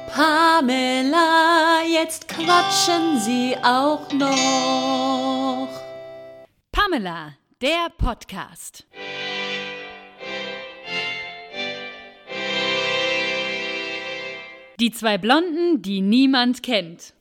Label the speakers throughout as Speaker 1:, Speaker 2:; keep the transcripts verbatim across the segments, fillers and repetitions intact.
Speaker 1: Pamela, jetzt quatschen Sie auch noch.
Speaker 2: Pamela, der Podcast. Die zwei Blonden, die niemand kennt.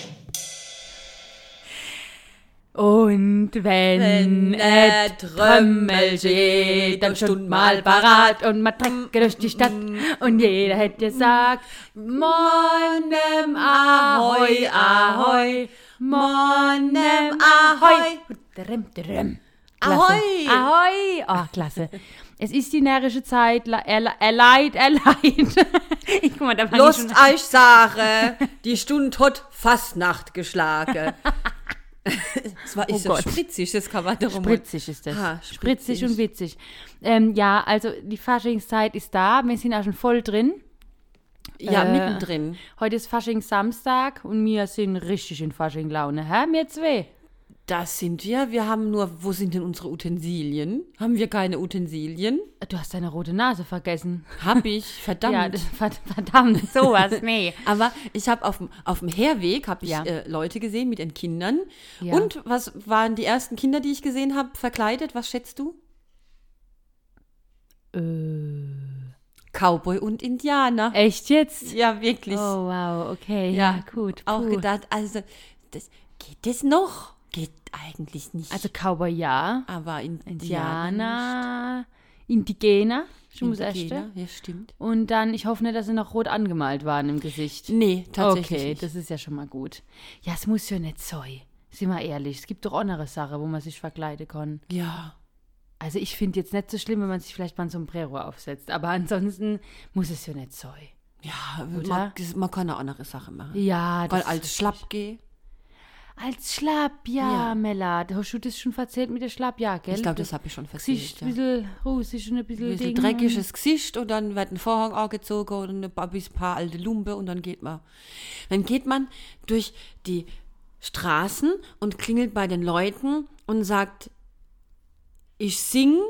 Speaker 2: Und wenn,
Speaker 1: Wenn
Speaker 2: et
Speaker 1: et
Speaker 2: Trömmel steht, dann stund mal parat und man trecke durch die Stadt und jeder hätte gesagt, Moinem Ahoi, Ahoi, Moinem Ahoi. Drem, drem. Klasse.
Speaker 1: Ahoi.
Speaker 2: Ahoi. Oh, klasse. Es ist die närrische Zeit, er, er leid, er leid. Guck mal, da war
Speaker 1: Lust
Speaker 2: ich schon-
Speaker 1: euch Sache, die Stund hat Fastnacht geschlagen. Das war ist
Speaker 2: Oh
Speaker 1: das
Speaker 2: Gott.
Speaker 1: spritzig, das kann man darum.
Speaker 2: Spritzig ist das.
Speaker 1: Ha,
Speaker 2: spritzig.
Speaker 1: spritzig.
Speaker 2: und witzig. Ähm, ja, also die Faschingszeit ist da. Wir sind auch schon voll drin.
Speaker 1: Ja,
Speaker 2: Äh,
Speaker 1: mittendrin.
Speaker 2: Heute ist Faschingssamstag und wir sind richtig in Faschinglaune. Hä? Wir zwei.
Speaker 1: Das sind wir. Wir haben nur, wo sind denn unsere Utensilien? Haben wir keine Utensilien?
Speaker 2: Du hast deine rote Nase vergessen.
Speaker 1: Hab ich, verdammt.
Speaker 2: Ja, das, verd- verdammt, sowas, nee.
Speaker 1: Aber ich habe auf dem auf dem Herweg habe ich
Speaker 2: Ja.
Speaker 1: äh, Leute gesehen mit ihren Kindern.
Speaker 2: Ja.
Speaker 1: Und was waren die ersten Kinder, die ich gesehen habe, verkleidet? Was schätzt du?
Speaker 2: Äh,
Speaker 1: Cowboy und Indianer.
Speaker 2: echt jetzt?
Speaker 1: Ja, wirklich.
Speaker 2: Oh, wow, okay.
Speaker 1: Ja,
Speaker 2: Ja, gut.
Speaker 1: Auch
Speaker 2: puh.
Speaker 1: gedacht, also das, geht das noch? Geht eigentlich nicht.
Speaker 2: Also Cowboy ja,
Speaker 1: aber in,
Speaker 2: Indianer, Indigener, schon das erste.
Speaker 1: Indigener, ja, stimmt.
Speaker 2: Und dann, ich hoffe nicht, dass sie noch rot angemalt waren im Gesicht.
Speaker 1: Nee, tatsächlich
Speaker 2: Okay,
Speaker 1: nicht.
Speaker 2: das ist ja schon mal gut. Ja, es muss ja nicht sein. Sind wir ehrlich, es gibt doch andere Sachen, wo man sich verkleiden kann.
Speaker 1: Ja,
Speaker 2: Also ich finde jetzt nicht so schlimm, wenn man sich vielleicht mal ein Sombrero aufsetzt. Aber ansonsten muss es ja nicht sein.
Speaker 1: ja,
Speaker 2: Oder?
Speaker 1: man, man kann auch andere Sachen machen.
Speaker 2: Ja,
Speaker 1: Weil
Speaker 2: das
Speaker 1: als Schlapp geh.
Speaker 2: Als Schlapp, ja,
Speaker 1: Ja.
Speaker 2: Mella. Hast du das schon erzählt mit der Schlapp, ja, gell?
Speaker 1: Ich glaube, das habe ich schon erzählt.
Speaker 2: Gesicht,
Speaker 1: Ja.
Speaker 2: ein bisschen russisch und ein bisschen,
Speaker 1: Ein bisschen
Speaker 2: Ding.
Speaker 1: dreckiges Gesicht und dann wird ein Vorhang angezogen und ein paar, bis paar alte Lumpe und dann geht man. Dann geht man durch die Straßen und klingelt bei den Leuten und sagt, ich sing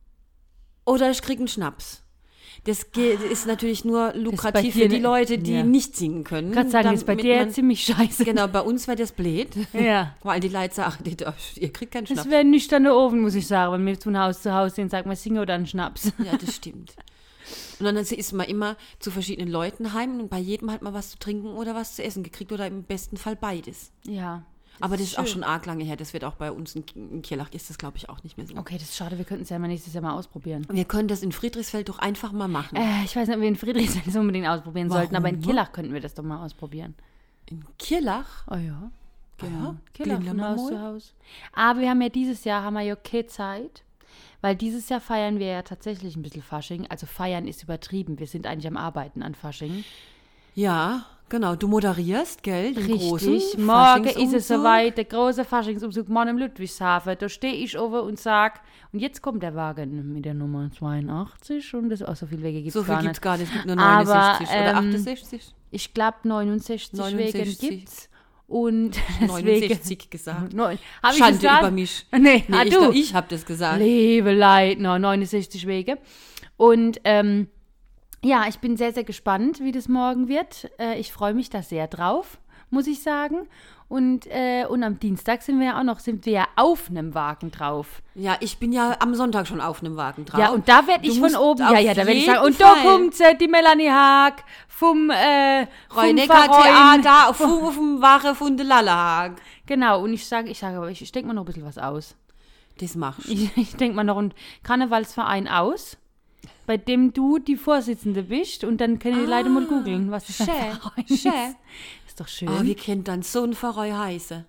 Speaker 1: oder ich krieg einen Schnaps. Das geht, ist natürlich nur lukrativ
Speaker 2: dir
Speaker 1: für die
Speaker 2: ne-
Speaker 1: Leute, die
Speaker 2: ja.
Speaker 1: nicht singen können.
Speaker 2: Ich kann sagen, das ist bei
Speaker 1: damit
Speaker 2: dir
Speaker 1: man-
Speaker 2: ziemlich scheiße.
Speaker 1: Genau, bei uns wäre das blöd.
Speaker 2: Ja.
Speaker 1: Weil die Leute sagen, die, ihr kriegt keinen Schnaps.
Speaker 2: Das wäre nicht an der Ofen, muss ich sagen, wenn wir von Haus zu Haus sind, sagen wir Singe oder einen Schnaps.
Speaker 1: Ja, das stimmt. Und dann ist man immer zu verschiedenen Leuten heim und bei jedem hat man was zu trinken oder was zu essen gekriegt oder im besten Fall beides.
Speaker 2: Ja.
Speaker 1: Aber das ist auch
Speaker 2: schön.
Speaker 1: schon arg lange her. Das wird auch bei uns in, in Kirlach ist das, glaube ich, auch nicht mehr so.
Speaker 2: Okay, das ist schade, wir könnten es ja mal nächstes Jahr mal ausprobieren.
Speaker 1: Wir können das in Friedrichsfeld doch einfach mal machen.
Speaker 2: Äh, ich weiß nicht, ob wir in Friedrichsfeld das unbedingt ausprobieren
Speaker 1: Warum?
Speaker 2: sollten, aber in Killach könnten wir das doch mal ausprobieren.
Speaker 1: In Kirlach?
Speaker 2: Oh ja. Genau.
Speaker 1: Ja,
Speaker 2: Killach
Speaker 1: gehen wir
Speaker 2: von
Speaker 1: mal
Speaker 2: Haus
Speaker 1: mal.
Speaker 2: zu Haus. Aber wir haben ja dieses Jahr, haben wir ja keine Zeit, weil dieses Jahr feiern wir ja tatsächlich ein bisschen Fasching. Also feiern ist übertrieben, wir sind eigentlich am Arbeiten an Fasching.
Speaker 1: Ja, genau. Du moderierst, gell? Den großen
Speaker 2: Richtig, morgen ist es
Speaker 1: Faschingsumzug.
Speaker 2: soweit, der große Faschingsumzug morgen im Ludwigshafen. Da stehe ich oben und sag, und jetzt kommt der Wagen mit der Nummer zweiundachtzig und das, oh, so viele Wege gibt es
Speaker 1: So viel
Speaker 2: gar
Speaker 1: gibt
Speaker 2: nicht.
Speaker 1: es gar nicht. Es gibt nur
Speaker 2: Aber,
Speaker 1: neunundsechzig oder
Speaker 2: ähm,
Speaker 1: achtundsechzig.
Speaker 2: Ich glaube neunundsechzig, Wege
Speaker 1: neunundsechzig.
Speaker 2: gibt's. Und deswegen,
Speaker 1: neunundsechzig gesagt.
Speaker 2: Neun, hab ich
Speaker 1: Schande
Speaker 2: gesagt?
Speaker 1: über mich.
Speaker 2: Nee,
Speaker 1: Nee,
Speaker 2: ah,
Speaker 1: ich,
Speaker 2: du.
Speaker 1: ich habe das gesagt.
Speaker 2: Liebe Leitner, neunundsechzig Wege. Und ähm, ja, ich bin sehr, sehr gespannt, wie das morgen wird. Äh, ich freue mich da sehr drauf, muss ich sagen. Und, äh, und am Dienstag sind wir ja auch noch, sind wir ja auf einem Wagen drauf.
Speaker 1: Ja, ich bin ja am Sonntag schon auf einem Wagen drauf.
Speaker 2: Ja, und da werde
Speaker 1: Du
Speaker 2: ich von
Speaker 1: musst
Speaker 2: oben,
Speaker 1: auf
Speaker 2: ja, ja, da werde ich
Speaker 1: jeden
Speaker 2: sagen, und da
Speaker 1: Fall.
Speaker 2: kommt sie, die Melanie Haag vom, äh, vom
Speaker 1: Reunecker
Speaker 2: Verein.
Speaker 1: Theater auf, auf dem Wache von der Lallehag.
Speaker 2: Genau, und ich sage, ich sage, aber ich, ich denke mal noch ein bisschen was aus.
Speaker 1: Das machst du.
Speaker 2: Ich, ich denke mal noch einen Karnevalsverein aus, bei dem du die Vorsitzende bist und dann können die Leute mal googeln, was das für ein
Speaker 1: schön,
Speaker 2: Verein ist.
Speaker 1: schön.
Speaker 2: Ist doch schön.
Speaker 1: Oh, wie kennt dann so ein Verein heißen?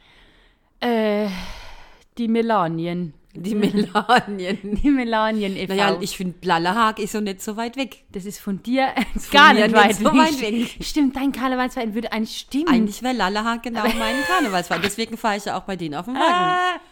Speaker 2: äh, die Melanien.
Speaker 1: Die Melanien.
Speaker 2: Die Melanien e V.
Speaker 1: Naja, ich finde, Lallehag ist so nicht so weit weg.
Speaker 2: das ist von dir gar
Speaker 1: mir
Speaker 2: nicht
Speaker 1: nicht
Speaker 2: weit,
Speaker 1: so weit weg.
Speaker 2: Stimmt, dein Karnevalsverein würde eigentlich stimmen.
Speaker 1: Eigentlich wäre Lallehag genau mein Karnevalsverein. Deswegen fahre ich ja auch bei denen auf dem Wagen.
Speaker 2: Ah.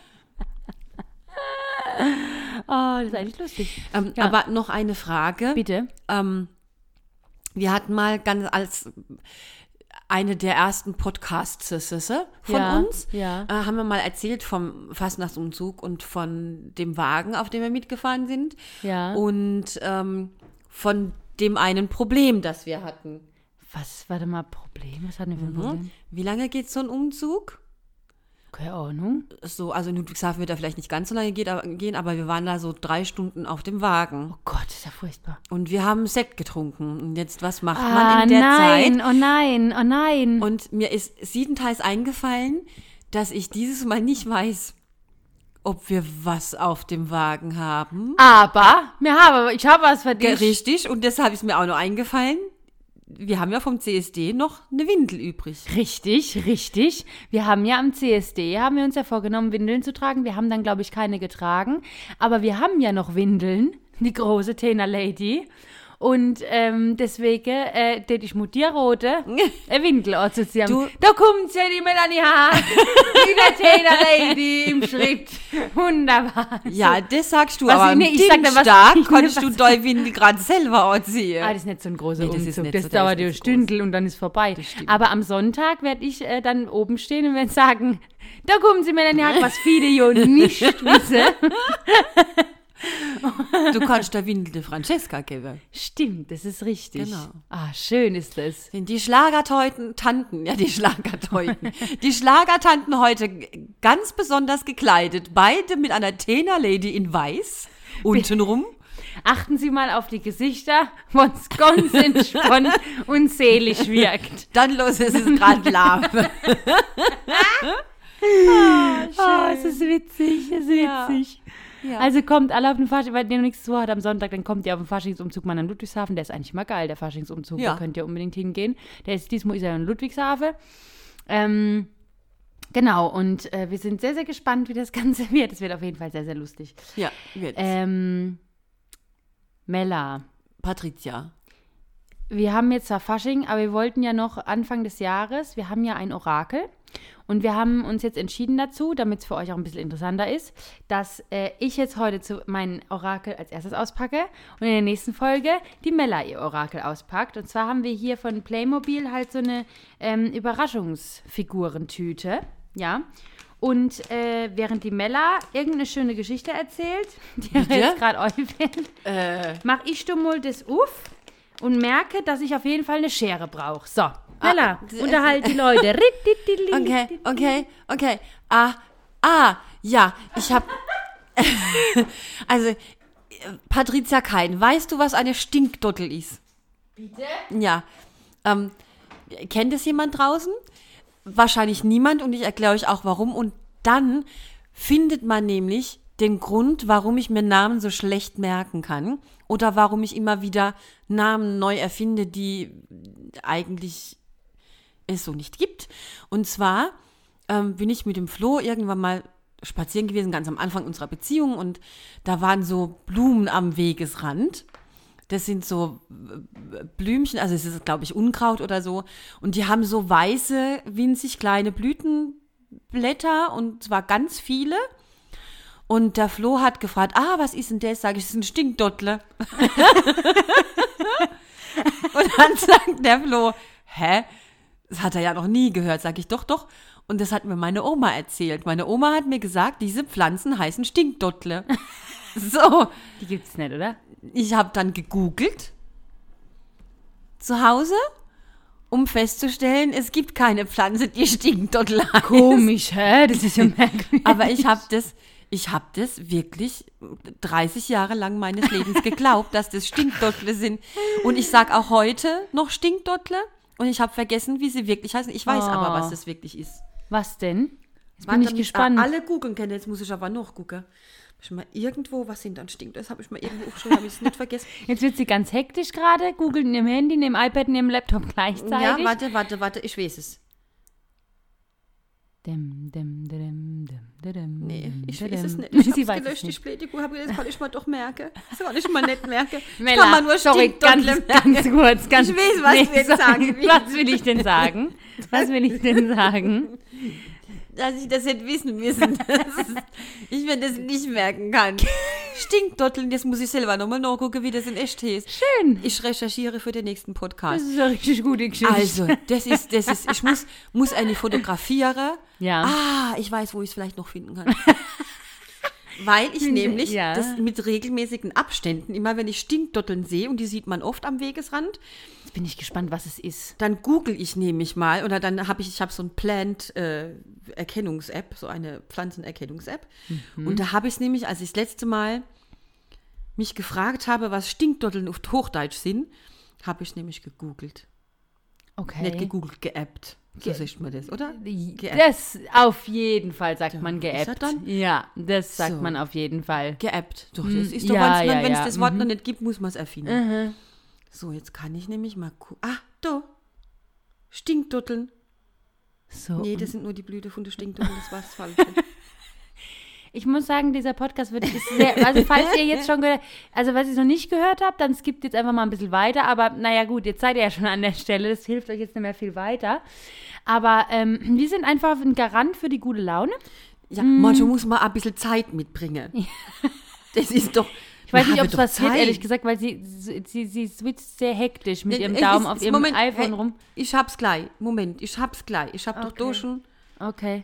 Speaker 2: Oh, das ist eigentlich lustig.
Speaker 1: Ähm,
Speaker 2: Ja.
Speaker 1: Aber noch eine Frage.
Speaker 2: Bitte.
Speaker 1: Ähm, wir hatten mal ganz als eine der ersten Podcasts von
Speaker 2: Ja,
Speaker 1: uns,
Speaker 2: ja.
Speaker 1: Äh, haben wir mal erzählt vom Fastnachtsumzug und von dem Wagen, auf dem wir mitgefahren sind.
Speaker 2: Ja.
Speaker 1: Und ähm, von dem einen Problem, das wir hatten.
Speaker 2: Was war denn mal Problem? Was hatten wir für ein
Speaker 1: Mhm.
Speaker 2: Problem?
Speaker 1: Wie lange geht so ein Umzug?
Speaker 2: Keine Ahnung.
Speaker 1: So, also Ludwigshafen wird da vielleicht nicht ganz so lange geht, aber, gehen, aber wir waren da so drei Stunden auf dem Wagen.
Speaker 2: Oh Gott, ist ja furchtbar.
Speaker 1: Und wir haben Sekt getrunken. Und jetzt, was macht
Speaker 2: Ah,
Speaker 1: man in der
Speaker 2: nein,
Speaker 1: Zeit?
Speaker 2: oh nein, oh nein.
Speaker 1: Und mir ist siebenteils eingefallen, dass ich dieses Mal nicht weiß, ob wir was auf dem Wagen haben.
Speaker 2: Aber, wir haben, ich habe was für
Speaker 1: Ge-
Speaker 2: dich.
Speaker 1: Richtig, und deshalb ist mir auch noch eingefallen, wir haben ja vom C S D noch eine Windel übrig.
Speaker 2: Richtig, richtig. Wir haben ja am C S D, haben wir uns ja vorgenommen, Windeln zu tragen. Wir haben dann, glaube ich, keine getragen. Aber wir haben ja noch Windeln, die große Tena Lady. Und ähm, deswegen, äh, tät ich mit dir rote, eine Windel anzuziehen.
Speaker 1: Du-
Speaker 2: Da kommt ja die Melanie Haar, wie der Tena Lady im Schritt. Wunderbar.
Speaker 1: Ja, das sagst du,
Speaker 2: Was
Speaker 1: aber
Speaker 2: ich-
Speaker 1: am
Speaker 2: nee, ich sag dir, was
Speaker 1: Dienstag
Speaker 2: ich-
Speaker 1: konntest du
Speaker 2: was-
Speaker 1: deine Windel gerade selber anziehen.
Speaker 2: Ah, das ist nicht so ein großer
Speaker 1: Nee, das ist
Speaker 2: Umzug.
Speaker 1: nicht
Speaker 2: Das
Speaker 1: so- der
Speaker 2: dauert
Speaker 1: ist
Speaker 2: ja
Speaker 1: nicht so
Speaker 2: Stündel und dann ist vorbei.
Speaker 1: stimmt.
Speaker 2: Aber am Sonntag werde ich äh, dann oben stehen und werde sagen, da kommen Sie mir dann ja, was viele ja nicht wissen.
Speaker 1: Du kannst der Windel der Francesca geben.
Speaker 2: Stimmt, das ist richtig.
Speaker 1: Genau.
Speaker 2: Ah, schön ist das.
Speaker 1: Sind die Schlagerteuten, Tanten, ja, die Schlagerteuten, die Schlagertanten heute g- ganz besonders gekleidet. Beide mit einer Tena Lady in weiß, untenrum.
Speaker 2: Achten Sie mal auf die Gesichter, wo es ganz entspannt und selig wirkt.
Speaker 1: Dann los, es ist gerade Lave.
Speaker 2: Oh, es ist witzig, es ist
Speaker 1: Ja.
Speaker 2: witzig.
Speaker 1: Ja.
Speaker 2: Also kommt alle auf den Fasching, weil ihr noch nichts zu hat am Sonntag, dann kommt ihr auf den Faschingsumzug mal in Ludwigshafen. Der ist eigentlich mal geil, der Faschingsumzug.
Speaker 1: Ja.
Speaker 2: Da könnt ihr unbedingt hingehen. Der ist, diesmal ist er in Ludwigshafen. Ähm, genau, und äh, wir sind sehr, sehr gespannt, wie das Ganze wird. Es wird auf jeden Fall sehr, sehr lustig.
Speaker 1: Ja, jetzt.
Speaker 2: Ähm, Mella,
Speaker 1: Patricia.
Speaker 2: wir haben jetzt zwar Fasching, aber wir wollten ja noch Anfang des Jahres, wir haben ja ein Orakel. Und wir haben uns jetzt entschieden dazu, damit es für euch auch ein bisschen interessanter ist, dass äh, ich jetzt heute zu mein Orakel als erstes auspacke und in der nächsten Folge die Mella ihr Orakel auspackt. Und zwar haben wir hier von Playmobil halt so eine ähm, Überraschungsfigurentüte, ja. Und äh, während die Mella irgendeine schöne Geschichte erzählt, die
Speaker 1: Bitte?
Speaker 2: jetzt gerade euch fällt,
Speaker 1: Äh,
Speaker 2: mache ich stummel das auf und merke, dass ich auf jeden Fall eine Schere brauche. So, Mella,
Speaker 1: d-
Speaker 2: unterhalt die Leute.
Speaker 1: okay, okay, okay. Ah, ah, ja, ich hab. Also, äh, Patricia Kein, weißt du, was eine Stinkdottel ist?
Speaker 2: Bitte?
Speaker 1: Ja. Ähm, kennt es jemand draußen? Wahrscheinlich niemand und ich erkläre euch auch warum. Und dann findet man nämlich den Grund, warum ich mir Namen so schlecht merken kann oder warum ich immer wieder Namen neu erfinde, die eigentlich es so nicht gibt. Und zwar ähm, bin ich mit dem Flo irgendwann mal spazieren gewesen, ganz am Anfang unserer Beziehung und da waren so Blumen am Wegesrand. Das sind so äh, Blümchen, also es ist, glaube ich, Unkraut oder so. Und die haben so weiße, winzig kleine Blütenblätter und zwar ganz viele. Und der Flo hat gefragt, ah, was ist denn das? Sag ich, das ist ein Stinkdottle. Und dann sagt der Flo, hä? Das hat er ja noch nie gehört. Sag ich, doch, doch. Und das hat mir meine Oma erzählt. Meine Oma hat mir gesagt, diese Pflanzen heißen Stinkdottle. So.
Speaker 2: Die gibt's nicht, oder?
Speaker 1: Ich habe dann gegoogelt zu Hause, um festzustellen, es gibt keine Pflanze, die Stinkdottel heißt.
Speaker 2: Komisch, hä? Das ist ja merkwürdig.
Speaker 1: Aber ich habe das, ich habe das wirklich dreißig Jahre lang meines Lebens geglaubt, dass das Stinkdottle sind. Und ich sag auch heute noch Stinkdottle und ich habe vergessen, wie sie wirklich heißen. Ich weiß
Speaker 2: Oh.
Speaker 1: aber, was das wirklich ist.
Speaker 2: Was denn? Jetzt bin
Speaker 1: Warte,
Speaker 2: ich
Speaker 1: damit
Speaker 2: gespannt.
Speaker 1: Alle googeln können, jetzt muss ich aber noch gucken. Hab ich mal irgendwo, was sind dann stinkt? Das habe ich mal irgendwo aufgeschrieben, habe ich es nicht vergessen.
Speaker 2: Jetzt wird sie ganz hektisch gerade, googelt in ihrem Handy, in dem iPad, in ihrem Laptop gleichzeitig.
Speaker 1: Ja, warte, warte, warte, ich weiß es.
Speaker 2: Dim, dim, dim, dim, dim, dim,
Speaker 1: Nee, ich
Speaker 2: dim,
Speaker 1: weiß es
Speaker 2: dim.
Speaker 1: nicht. Ich
Speaker 2: Sie
Speaker 1: hab's
Speaker 2: weiß es
Speaker 1: gelöscht, die
Speaker 2: nicht.
Speaker 1: Spätiku, habe das kann ich mal doch merken. Das kann ich mal nicht merken. Das
Speaker 2: Mella,
Speaker 1: kann man nur
Speaker 2: sorry, ganz,
Speaker 1: Stinkdottle
Speaker 2: ganz
Speaker 1: merken.
Speaker 2: kurz. Ganz,
Speaker 1: Ich weiß, was du jetzt
Speaker 2: sorry.
Speaker 1: sagen willst.
Speaker 2: Was will ich denn sagen? Was will ich denn sagen?
Speaker 1: Dass ich das hätte wissen müssen. Das ist, ich mir das nicht merken kann. Stinkdotteln, jetzt muss ich selber nochmal nachgucken, wie das in echt heißt.
Speaker 2: Schön.
Speaker 1: Ich recherchiere für den nächsten
Speaker 2: Das
Speaker 1: Podcast.
Speaker 2: ist eine richtig gute Geschichte.
Speaker 1: Also, das ist, das ist, ich muss, muss eine fotografieren.
Speaker 2: Ja.
Speaker 1: Ah, ich weiß, wo ich es vielleicht noch finden kann. Weil ich nämlich
Speaker 2: Ja.
Speaker 1: das mit regelmäßigen Abständen, immer wenn ich Stinkdotteln sehe, und die sieht man oft am Wegesrand,
Speaker 2: Jetzt bin ich gespannt, was es ist.
Speaker 1: dann google ich nämlich mal, oder dann habe ich, ich habe so ein Plant-Erkennungs-App, so eine Pflanzenerkennungs-App.
Speaker 2: Mhm.
Speaker 1: Und da habe ich es nämlich, als ich das letzte Mal mich gefragt habe, was Stinkdotteln auf Hochdeutsch sind, habe ich nämlich gegoogelt.
Speaker 2: Okay.
Speaker 1: Nicht gegoogelt, geappt. So sagt man das, oder? Geappt.
Speaker 2: Das auf jeden Fall sagt man
Speaker 1: ist er
Speaker 2: geappt.
Speaker 1: dann?
Speaker 2: Ja, das sagt
Speaker 1: So.
Speaker 2: man auf jeden Fall.
Speaker 1: Geappt. Doch,
Speaker 2: Mm,
Speaker 1: das ist doch,
Speaker 2: ja,
Speaker 1: wenn's-
Speaker 2: ja,
Speaker 1: wenn es
Speaker 2: ja.
Speaker 1: das Wort
Speaker 2: Mhm.
Speaker 1: noch nicht gibt, muss man es erfinden.
Speaker 2: Mhm.
Speaker 1: So, jetzt kann ich nämlich mal gucken. Ah, da. Stinkdotteln.
Speaker 2: So.
Speaker 1: Nee, das sind nur die Blüte von der Stinkdotteln, das war das Falsche.
Speaker 2: Ich muss sagen, dieser Podcast wird ist sehr, also falls ihr jetzt schon gehört, also was ihr noch nicht gehört habt, dann skippt jetzt einfach mal ein bisschen weiter, aber naja gut, jetzt seid ihr ja schon an der Stelle, das hilft euch jetzt nicht mehr viel weiter, aber ähm, wir sind einfach ein Garant für die gute Laune.
Speaker 1: Ja, manchmal muss man ein bisschen Zeit mitbringen. Das ist doch...
Speaker 2: Ich weiß
Speaker 1: Na,
Speaker 2: nicht, ob
Speaker 1: habe
Speaker 2: es
Speaker 1: doch
Speaker 2: was wird,
Speaker 1: Zeit.
Speaker 2: ehrlich gesagt, weil sie, sie, sie switcht sehr hektisch mit
Speaker 1: Ja,
Speaker 2: ihrem
Speaker 1: es
Speaker 2: Daumen
Speaker 1: ist-
Speaker 2: auf ihrem
Speaker 1: Moment,
Speaker 2: iPhone
Speaker 1: hey,
Speaker 2: rum.
Speaker 1: Ich hab's gleich. Moment, ich hab's gleich. Ich hab doch
Speaker 2: Okay.
Speaker 1: da schon...
Speaker 2: Okay.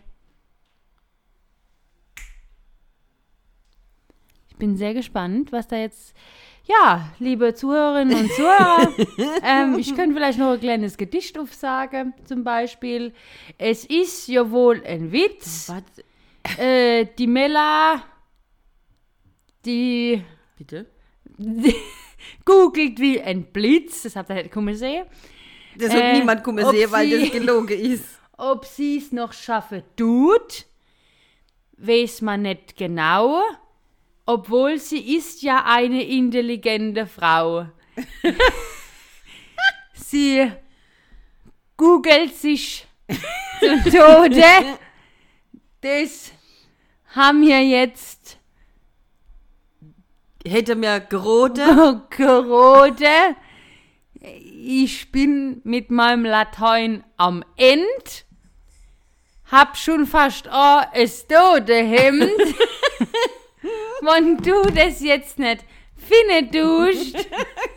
Speaker 2: Ich bin sehr gespannt, was da jetzt. Ja, liebe Zuhörerinnen und Zuhörer, ähm, ich könnte vielleicht noch ein kleines Gedicht aufsagen, zum Beispiel. Es ist ja wohl ein Witz.
Speaker 1: Was?
Speaker 2: Äh, die Mella, die,
Speaker 1: Bitte?
Speaker 2: die googelt wie ein Blitz. Das habt ihr nicht kommen sehen.
Speaker 1: Das wird
Speaker 2: Äh,
Speaker 1: niemand kommen
Speaker 2: ob
Speaker 1: sehen, weil
Speaker 2: sie-
Speaker 1: das gelogen ist.
Speaker 2: Ob sie es noch schaffen tut, weiß man nicht genau, obwohl sie ist ja eine intelligente Frau. Sie googelt sich zu Tode. Das haben wir jetzt
Speaker 1: Hätte mir gerote.
Speaker 2: gerode. Ich bin mit meinem Latein am End. Hab schon fast auch es tote Hemd. Wenn du das jetzt nicht finden tust,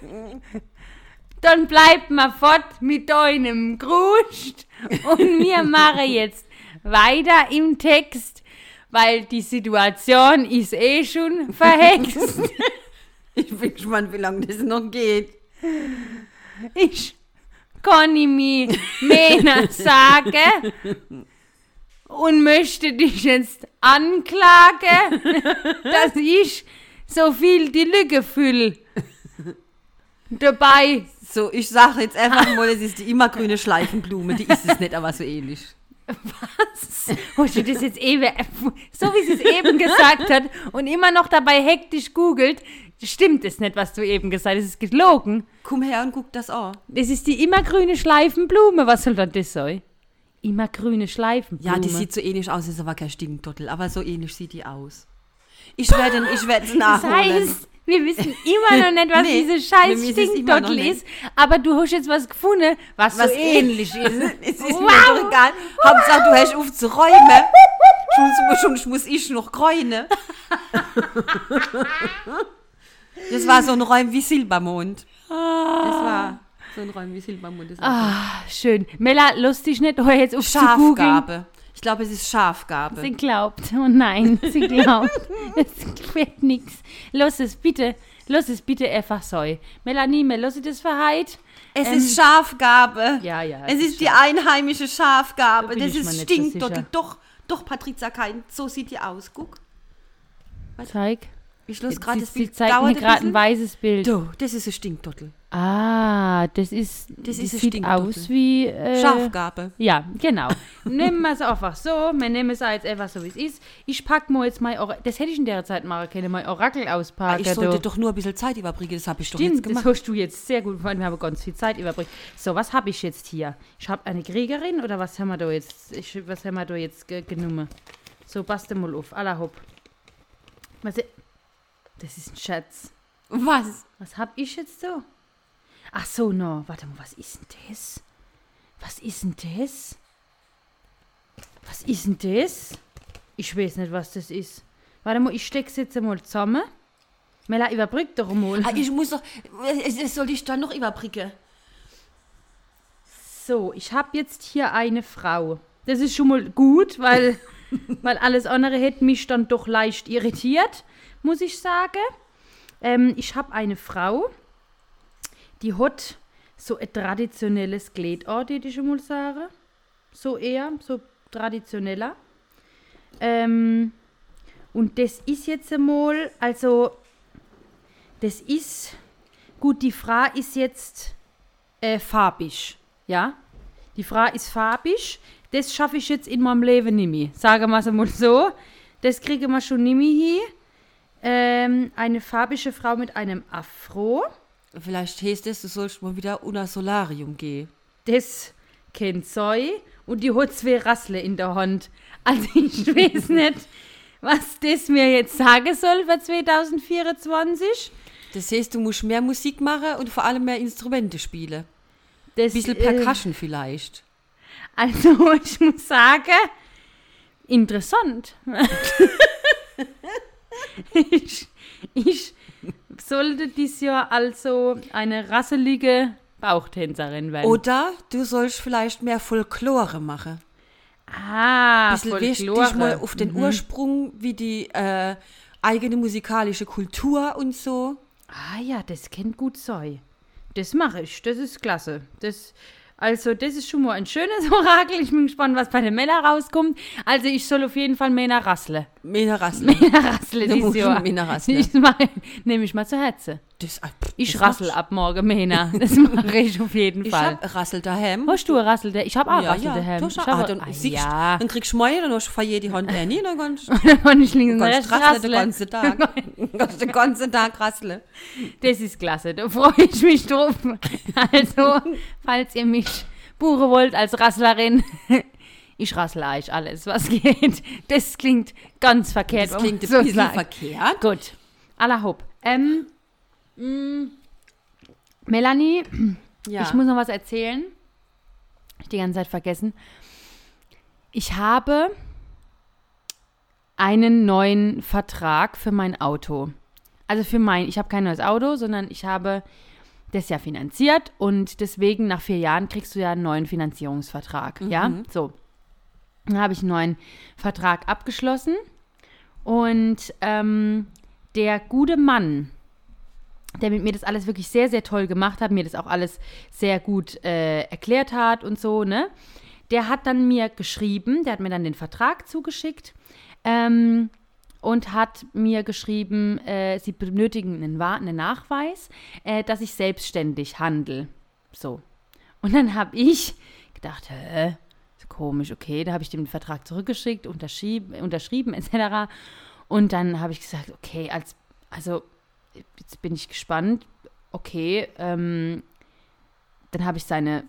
Speaker 2: dann bleib mal fort mit deinem Grust. Und wir machen jetzt weiter im Text, weil die Situation ist eh schon verhext.
Speaker 1: Ich bin gespannt, wie lange das noch geht.
Speaker 2: Ich kann ich mich mehr sagen und möchte dich jetzt anklagen, dass ich so viel die Lücke fülle. Dabei,
Speaker 1: So, ich sage jetzt einfach mal, es ist die immergrüne Schleifenblume. Die ist es nicht, aber so ähnlich.
Speaker 2: hast du das jetzt eben, so wie sie es eben gesagt hat und immer noch dabei hektisch googelt, stimmt es nicht, was du eben gesagt hast, es ist gelogen.
Speaker 1: Komm her und guck das an.
Speaker 2: Das ist die immergrüne Schleifenblume, was soll denn das sein? Immergrüne Schleifenblume.
Speaker 1: Ja, die sieht so ähnlich aus, ist aber kein Stinkdottel, aber so ähnlich sieht die aus. Ich werde ich werde es
Speaker 2: Das
Speaker 1: nachholen.
Speaker 2: heißt, wir wissen immer noch nicht, was
Speaker 1: Nee,
Speaker 2: diese
Speaker 1: wir
Speaker 2: scheiß
Speaker 1: wissen es immer noch
Speaker 2: Stinkdottel
Speaker 1: nicht.
Speaker 2: ist, aber du hast jetzt was gefunden, was,
Speaker 1: Was
Speaker 2: so ähnlich ist.
Speaker 1: Es ist mir doch egal. Hauptsache, du hast auf zu räumen. Sonst, sonst muss ich noch gräunen. Das war so ein Räum wie Silbermond. Das war so ein Räum wie Silbermond. Das war
Speaker 2: Ah, schön. Mella, lustig nicht, hör jetzt auf zu googeln.
Speaker 1: Schafgabe. Ich glaube, es ist Schafgabe.
Speaker 2: Sie glaubt. Oh nein, sie glaubt. Es wird nichts. Lass es bitte, lass es bitte einfach so. Melanie, mir lass ich das für heute.
Speaker 1: Es
Speaker 2: Ähm,
Speaker 1: ist Schafgabe.
Speaker 2: Ja, ja.
Speaker 1: Es ist die einheimische Schafgabe.
Speaker 2: Da bin
Speaker 1: Das
Speaker 2: ich mir
Speaker 1: ist
Speaker 2: nicht so
Speaker 1: Stinkdottel.
Speaker 2: sicher.
Speaker 1: Doch, doch, Patrizia Kein. So sieht die aus. Guck.
Speaker 2: Zeig.
Speaker 1: Ich löse gerade
Speaker 2: Sie,
Speaker 1: das
Speaker 2: sie
Speaker 1: Bild.
Speaker 2: zeigt mir
Speaker 1: Dauert ein
Speaker 2: gerade ein
Speaker 1: bisschen.
Speaker 2: weißes Bild.
Speaker 1: Do, das ist ein Stinkdottel.
Speaker 2: Ah, das ist, das,
Speaker 1: Das ist ein
Speaker 2: sieht
Speaker 1: Stinkdottel.
Speaker 2: aus wie... Äh,
Speaker 1: Schafgabe.
Speaker 2: Ja, genau. Nehmen wir es einfach so. Wir nehmen es jetzt einfach so, wie es ist. Ich packe mal jetzt mein Orakel. Das hätte ich in der Zeit machen können, mein Orakel auspacken.
Speaker 1: Ich sollte
Speaker 2: da.
Speaker 1: doch nur ein bisschen Zeit überbringen. Das habe ich doch
Speaker 2: Stimmt,
Speaker 1: jetzt
Speaker 2: das
Speaker 1: gemacht.
Speaker 2: hast du jetzt sehr gut gefunden. Wir haben ganz viel Zeit überbringen. So, was habe ich jetzt hier? Ich habe eine Kriegerin oder was haben wir da jetzt? Ich, was haben wir da jetzt ge genommen? So, passt mal auf. Alla hopp. Was, das ist ein Schatz.
Speaker 1: Was?
Speaker 2: Was hab ich jetzt so? Ach so, no. Warte mal, was ist denn das? Was ist denn das? Was ist denn das? Ich weiß nicht, was das ist. Warte mal, ich steck's jetzt mal zusammen. Mella, überbrück doch mal.
Speaker 1: Ah, ich muss doch. Es soll ich dann noch überbringen.
Speaker 2: So, ich habe jetzt hier eine Frau. Das ist schon mal gut, weil weil alles andere hätte mich dann doch leicht irritiert, muss ich sagen. Ähm, ich habe eine Frau, die hat so ein traditionelles Kleid an, würde ich mal sagen. So eher, so traditioneller. Ähm, und das ist jetzt einmal, also, das ist, gut, die Frau ist jetzt äh, farbig, ja. Die Frau ist farbig, das schaffe ich jetzt in meinem Leben nicht mehr. Sagen wir es mal so, das kriegen wir schon nicht mehr hin. Ähm, eine farbige Frau mit einem Afro.
Speaker 1: Vielleicht heißt es, du sollst mal wieder unter Solarium gehen.
Speaker 2: Das kennt sie. Und die hat zwei Rassle in der Hand. Also ich weiß nicht, was das mir jetzt sagen soll für zwanzig vierundzwanzig.
Speaker 1: Das heißt, du musst mehr Musik machen und vor allem mehr Instrumente spielen.
Speaker 2: Das,
Speaker 1: Ein bisschen Percussion äh, vielleicht.
Speaker 2: Also ich muss sagen, interessant. ich, ich sollte dieses Jahr also eine rasselige Bauchtänzerin werden.
Speaker 1: Oder du sollst vielleicht mehr Folklore machen.
Speaker 2: Ah,
Speaker 1: bisschen Folklore. Dich mal auf den mhm. Ursprung, wie die äh, eigene musikalische Kultur und so.
Speaker 2: Ah ja, das kennt gut sein. Das mache ich, das ist klasse. Das, also das ist schon mal ein schönes Orakel. Ich bin gespannt, was bei den Männern rauskommt. Also ich soll auf jeden Fall Männer rasseln.
Speaker 1: Männer rasseln.
Speaker 2: Männer rasseln dieses Jahr.
Speaker 1: Männer rasseln.
Speaker 2: Ich mache, nehme ich mal zu Herzen.
Speaker 1: Das,
Speaker 2: ich
Speaker 1: das
Speaker 2: rassel ab morgen Männer. Das mache ich auf jeden
Speaker 1: ich
Speaker 2: Fall.
Speaker 1: Ich hab Rassel daheim.
Speaker 2: Hast du ein Rassel daheim? Ich habe auch
Speaker 1: ja,
Speaker 2: Rassel
Speaker 1: ja.
Speaker 2: daheim.
Speaker 1: Du
Speaker 2: ich
Speaker 1: hab,
Speaker 2: hab,
Speaker 1: ah, dann,
Speaker 2: ah,
Speaker 1: siehst,
Speaker 2: ja.
Speaker 1: dann kriegst du Mäuer, dann hast du von die Hand rein. Dann kannst
Speaker 2: dann kann ich links und
Speaker 1: rechts
Speaker 2: rasseln.
Speaker 1: Den ganzen Tag. kannst den ganzen Tag rasseln.
Speaker 2: Das ist klasse, da freue ich mich drauf. Also, falls ihr mich buchen wollt als Rasslerin, ich rassel euch alles, was geht. Das klingt ganz verkehrt.
Speaker 1: Das klingt ein
Speaker 2: so
Speaker 1: bisschen
Speaker 2: sagen.
Speaker 1: verkehrt.
Speaker 2: Gut, aller Hopp. Ähm, mh, Melanie,
Speaker 1: ja.
Speaker 2: Ich muss noch was erzählen. Ich hab die ganze Zeit vergessen. Ich habe einen neuen Vertrag für mein Auto. Also für mein, ich habe kein neues Auto, sondern ich habe das ja finanziert und deswegen nach vier Jahren kriegst du ja einen neuen Finanzierungsvertrag. Mhm. Ja, so. Dann habe ich einen neuen Vertrag abgeschlossen und ähm, der gute Mann, der mit mir das alles wirklich sehr, sehr toll gemacht hat, mir das auch alles sehr gut äh, erklärt hat und so, ne? Der hat dann mir geschrieben, der hat mir dann den Vertrag zugeschickt ähm, und hat mir geschrieben, äh, sie benötigen einen, einen Nachweis, äh, dass ich selbstständig handle. So. Und dann habe ich gedacht, hä, ist komisch, okay, da habe ich dem den Vertrag zurückgeschickt, unterschrieben, unterschrieben et cetera. Und dann habe ich gesagt, okay, als, also jetzt bin ich gespannt, okay, ähm, dann habe ich seine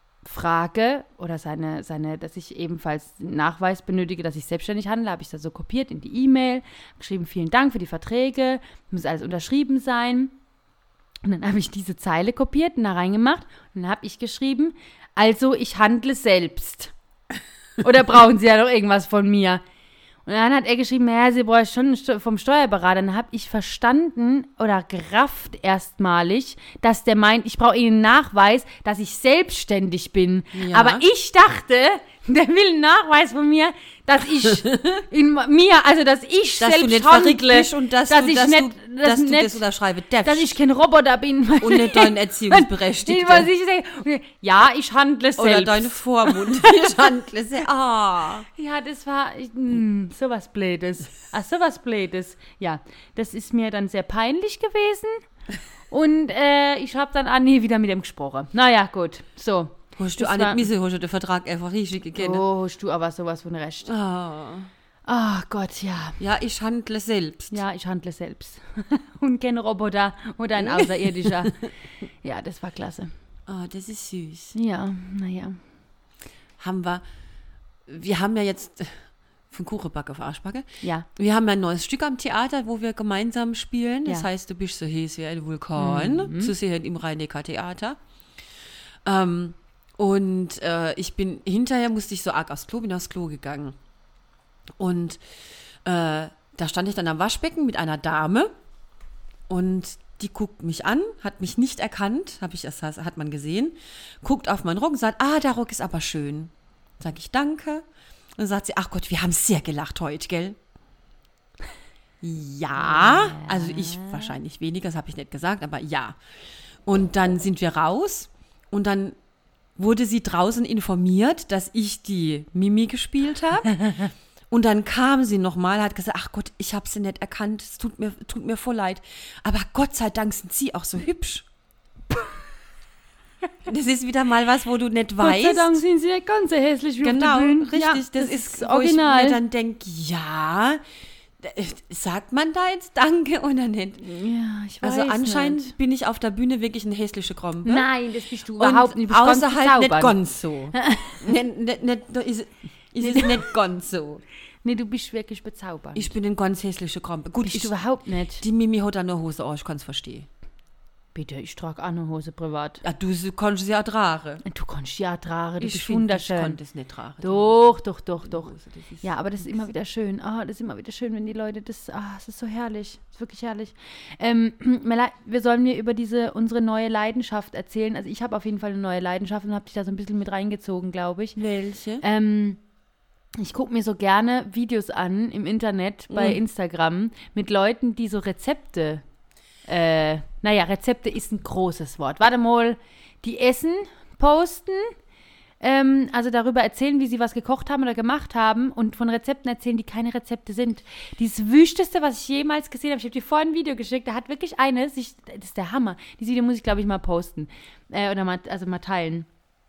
Speaker 2: Frage oder seine, seine, dass ich ebenfalls einen Nachweis benötige, dass ich selbstständig handle, habe ich da so kopiert in die E-Mail, geschrieben, vielen Dank für die Verträge, muss alles unterschrieben sein. Und dann habe ich diese Zeile kopiert und da reingemacht und dann habe ich geschrieben, also ich handle selbst. Oder brauchen Sie ja noch irgendwas von mir? Und dann hat er geschrieben, ja, Sie brauchen schon vom Steuerberater. Dann habe ich verstanden oder gerafft erstmalig, dass der meint, ich brauche Ihnen einen Nachweis, dass ich selbstständig bin. Ja. Aber ich dachte, der will einen Nachweis von mir, dass ich in mir, also dass ich
Speaker 1: dass
Speaker 2: selbst
Speaker 1: du nicht
Speaker 2: handle.
Speaker 1: Bist und dass,
Speaker 2: dass
Speaker 1: du,
Speaker 2: ich
Speaker 1: dass
Speaker 2: nicht,
Speaker 1: du,
Speaker 2: dass
Speaker 1: dass
Speaker 2: nicht,
Speaker 1: du das unterschreiben darfst.
Speaker 2: Dass ich kein Roboter bin.
Speaker 1: Und nicht dein Erziehungsberechtigter.
Speaker 2: Was ich sage, ja, ich handle selbst.
Speaker 1: Oder deine Vormund. Ich handle selbst. Ah.
Speaker 2: Ja, das war mh, sowas Blödes. Ach, sowas Blödes. Ja, das ist mir dann sehr peinlich gewesen. Und äh, ich habe dann auch nie wieder mit ihm gesprochen. Naja, gut, so.
Speaker 1: Hast du auch nicht miese, hast du den Vertrag einfach richtig gegeben?
Speaker 2: Oh, hast du aber sowas von recht.
Speaker 1: Ah.
Speaker 2: Ach Gott, ja.
Speaker 1: Ja, ich handle selbst.
Speaker 2: Ja, ich handle selbst. Und kein Roboter oder ein Außerirdischer. Ja, das war klasse.
Speaker 1: Oh, das ist süß.
Speaker 2: Ja, naja.
Speaker 1: Haben wir, wir haben ja jetzt, von Kuchenbacke auf Arschbacke,
Speaker 2: ja.
Speaker 1: Wir haben ein neues Stück am Theater, wo wir gemeinsam spielen. Das
Speaker 2: ja.
Speaker 1: heißt, du bist so heiß wie ein Vulkan, mhm. zu sehen im Rhein-Neckar-Theater. Ähm, und äh, ich bin, hinterher musste ich so arg aufs Klo, bin aufs Klo gegangen. Und äh, da stand ich dann am Waschbecken mit einer Dame und die guckt mich an, hat mich nicht erkannt, hab ich, das hat man gesehen, guckt auf meinen Rock und sagt, ah, der Rock ist aber schön. Sag ich danke. dann sagt sie, ach Gott, wir haben sehr gelacht heute, gell? Ja, also ich wahrscheinlich weniger, das habe ich nicht gesagt, aber ja. Und dann sind wir raus und dann wurde sie draußen informiert, dass ich die Mimi gespielt habe. Und dann kam sie nochmal, hat gesagt, ach Gott, ich habe sie nicht erkannt, es tut mir, tut mir voll leid. Aber Gott sei Dank sind sie auch so hübsch. Das ist wieder mal was, wo du nicht weißt.
Speaker 2: Gott sei Dank sind sie ganz hässlich wie
Speaker 1: genau,
Speaker 2: auf der Bühne.
Speaker 1: Richtig,
Speaker 2: Ja,
Speaker 1: das,
Speaker 2: das
Speaker 1: ist,
Speaker 2: ist
Speaker 1: wo
Speaker 2: original.
Speaker 1: ich mir dann denke, ja, sagt man da jetzt Danke oder nicht?
Speaker 2: Ja, ich weiß
Speaker 1: Also anscheinend
Speaker 2: nicht.
Speaker 1: bin ich auf der Bühne wirklich eine hässliche Krombe.
Speaker 2: Nein, das bist du
Speaker 1: Und
Speaker 2: überhaupt nicht. Du bist ganz
Speaker 1: außerhalb nicht
Speaker 2: bezaubernd.
Speaker 1: ganz so. nicht, nicht, nicht, da ist, ist es nicht ganz so.
Speaker 2: Nee, du bist wirklich bezaubernd.
Speaker 1: Ich bin eine ganz hässliche Krombe. Gut,
Speaker 2: bist
Speaker 1: ich,
Speaker 2: du überhaupt nicht.
Speaker 1: die Mimi hat auch eine Hose an, ich kann es verstehen.
Speaker 2: Bitte, ich trage auch eine Hose privat.
Speaker 1: Ja, du kannst sie ja tragen.
Speaker 2: Du kannst ja tragen, du
Speaker 1: Ich
Speaker 2: bist
Speaker 1: find,
Speaker 2: wunderschön.
Speaker 1: Ich kann das nicht tragen.
Speaker 2: Doch, doch, doch, doch.
Speaker 1: Hose, das ist-
Speaker 2: Ja, aber das ist immer wieder schön. Ah, das ist immer wieder schön, wenn die Leute das. Ah, es ist so herrlich. Es ist wirklich herrlich. Ähm, Mela, wir sollen mir über diese unsere neue Leidenschaft erzählen. Also ich habe auf jeden Fall eine neue Leidenschaft und habe dich da so ein bisschen mit reingezogen, glaube ich.
Speaker 1: Welche?
Speaker 2: Ähm, ich gucke mir so gerne Videos an im Internet, bei
Speaker 1: Mhm.
Speaker 2: Instagram, mit Leuten, die so Rezepte, äh, naja, Rezepte ist ein großes Wort. Warte mal, die Essen posten, ähm, also darüber erzählen, wie sie was gekocht haben oder gemacht haben und von Rezepten erzählen, die keine Rezepte sind. Dieses Wüsteste, was ich jemals gesehen habe, ich habe dir vorhin ein Video geschickt, da hat wirklich eine, sich, das ist der Hammer, dieses Video muss ich, glaube ich, mal posten, äh, oder mal, also mal teilen.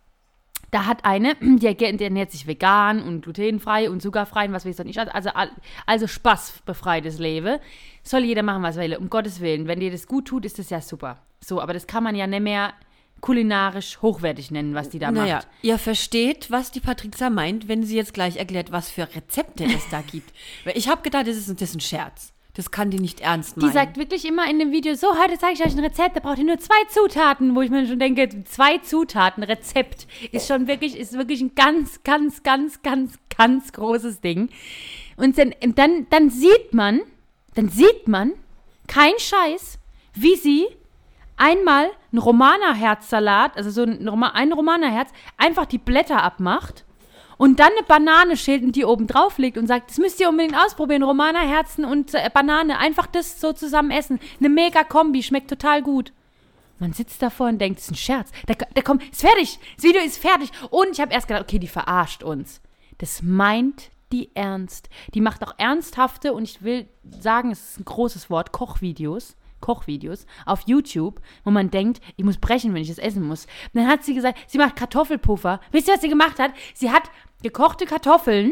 Speaker 2: Da hat eine, die ernährt sich vegan und glutenfrei und zuckerfrei und was weiß ich nicht. Also, also spaßbefreites Leben. Soll jeder machen, was er will. Um Gottes Willen. Wenn dir das gut tut, ist das ja super. So, aber das kann man ja nicht mehr kulinarisch hochwertig nennen, was die da
Speaker 1: Naja,
Speaker 2: macht.
Speaker 1: ihr versteht, was die Patrizia meint, wenn sie jetzt gleich erklärt, was für Rezepte es da gibt. Weil ich habe gedacht, das ist, das ist ein Scherz. Das kann die nicht ernst meinen.
Speaker 2: Die sagt wirklich immer in dem Video, so, heute zeige ich euch ein Rezept, da braucht ihr nur zwei Zutaten, wo ich mir schon denke, zwei Zutaten, Rezept, ist schon wirklich, ist wirklich ein ganz, ganz, ganz, ganz, ganz großes Ding. Und dann, dann, dann sieht man, dann sieht man, kein Scheiß, wie sie einmal ein Romanerherzsalat, also so ein, Roma, ein Romanerherz, einfach die Blätter abmacht und dann eine Banane schält und die oben drauf legt und sagt, das müsst ihr unbedingt ausprobieren, Romanerherzen und äh, Banane, einfach das so zusammen essen. Eine mega Kombi, schmeckt total gut. Man sitzt davor und denkt, das ist ein Scherz. Da, da kommt, ist fertig, das Video ist fertig. Und ich habe erst gedacht, okay, die verarscht uns. Das meint die ernst. Die macht auch ernsthafte, und ich will sagen, es ist ein großes Wort, Kochvideos. Kochvideos auf YouTube, wo man denkt, ich muss brechen, wenn ich das essen muss. Und dann hat sie gesagt, sie macht Kartoffelpuffer. Wisst ihr, was sie gemacht hat? Sie hat gekochte Kartoffeln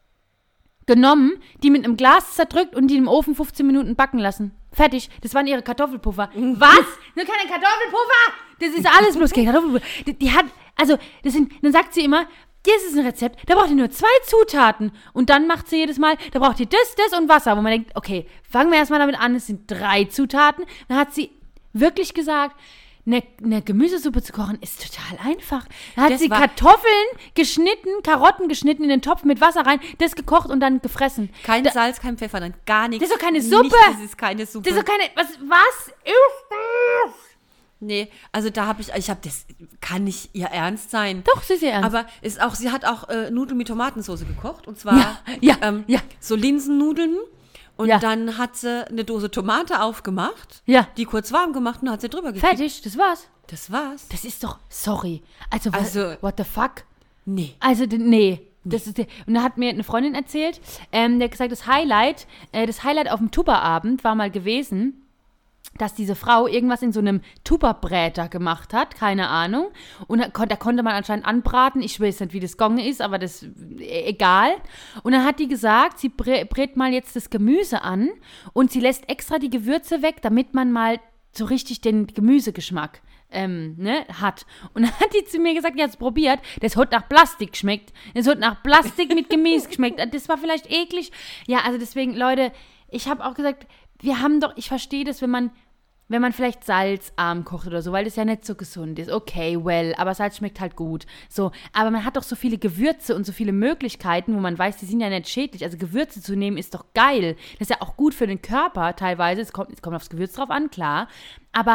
Speaker 2: genommen, die mit einem Glas zerdrückt und die im Ofen fünfzehn Minuten backen lassen. Fertig. Das waren ihre Kartoffelpuffer. Was? Nur keine Kartoffelpuffer? Das ist alles bloß kein Kartoffelpuffer. Die, die hat, also, das sind, dann sagt sie immer, das ist ein Rezept, da braucht ihr nur zwei Zutaten. Und dann macht sie jedes Mal, da braucht ihr das, das und Wasser. Wo man denkt, okay, fangen wir erstmal damit an, es sind drei Zutaten. Dann hat sie wirklich gesagt, eine, eine Gemüsesuppe zu kochen ist total einfach. Da hat
Speaker 1: Das
Speaker 2: sie
Speaker 1: war-
Speaker 2: Kartoffeln geschnitten, Karotten geschnitten in den Topf mit Wasser rein, das gekocht und dann gefressen.
Speaker 1: Kein
Speaker 2: Da-
Speaker 1: Salz, kein Pfeffer, dann gar nichts.
Speaker 2: Das ist doch keine
Speaker 1: Nicht,
Speaker 2: Suppe.
Speaker 1: Das ist keine Suppe.
Speaker 2: Das ist doch keine, was, was ist das?
Speaker 1: Nee, also da habe ich, ich habe das, kann nicht ihr Ernst sein.
Speaker 2: Doch, sie ist ihr ernst.
Speaker 1: Aber ist auch, sie hat auch äh, Nudeln mit Tomatensauce gekocht. Und zwar
Speaker 2: Ja, ja,
Speaker 1: ähm,
Speaker 2: ja.
Speaker 1: so Linsennudeln. Und
Speaker 2: Ja.
Speaker 1: dann hat sie eine Dose Tomate aufgemacht,
Speaker 2: Ja.
Speaker 1: die kurz warm gemacht und hat sie drüber gekippt.
Speaker 2: Fertig, das war's.
Speaker 1: Das war's.
Speaker 2: Das ist doch, sorry. Also, was,
Speaker 1: Also-
Speaker 2: what the fuck?
Speaker 1: Nee.
Speaker 2: Also, d- nee. Das ist, der- und da hat mir eine Freundin erzählt, ähm, der hat gesagt, das Highlight, äh, das Highlight auf dem Tupperabend war mal gewesen, dass diese Frau irgendwas in so einem Tupperbräter gemacht hat, keine Ahnung. Und da, kon- da konnte man anscheinend anbraten. Ich weiß nicht, wie das gegangen ist, aber das äh, egal. Und dann hat die gesagt, sie brä- brät mal jetzt das Gemüse an und sie lässt extra die Gewürze weg, damit man mal so richtig den Gemüsegeschmack ähm, ne, hat. Und dann hat die zu mir gesagt, ja, es probiert, das hat nach Plastik geschmeckt. Das hat nach Plastik mit Gemüse geschmeckt. Das war vielleicht eklig. Ja, also deswegen, Leute, ich habe auch gesagt, wir haben doch, ich verstehe das, wenn man, wenn man vielleicht salzarm kocht oder so, weil das ja nicht so gesund ist. Okay, well, aber Salz schmeckt halt gut. So, aber man hat doch so viele Gewürze und so viele Möglichkeiten, wo man weiß, die sind ja nicht schädlich. Also Gewürze zu nehmen ist doch geil. Das ist ja auch gut für den Körper teilweise. Es kommt, es kommt aufs Gewürz drauf an, klar. Aber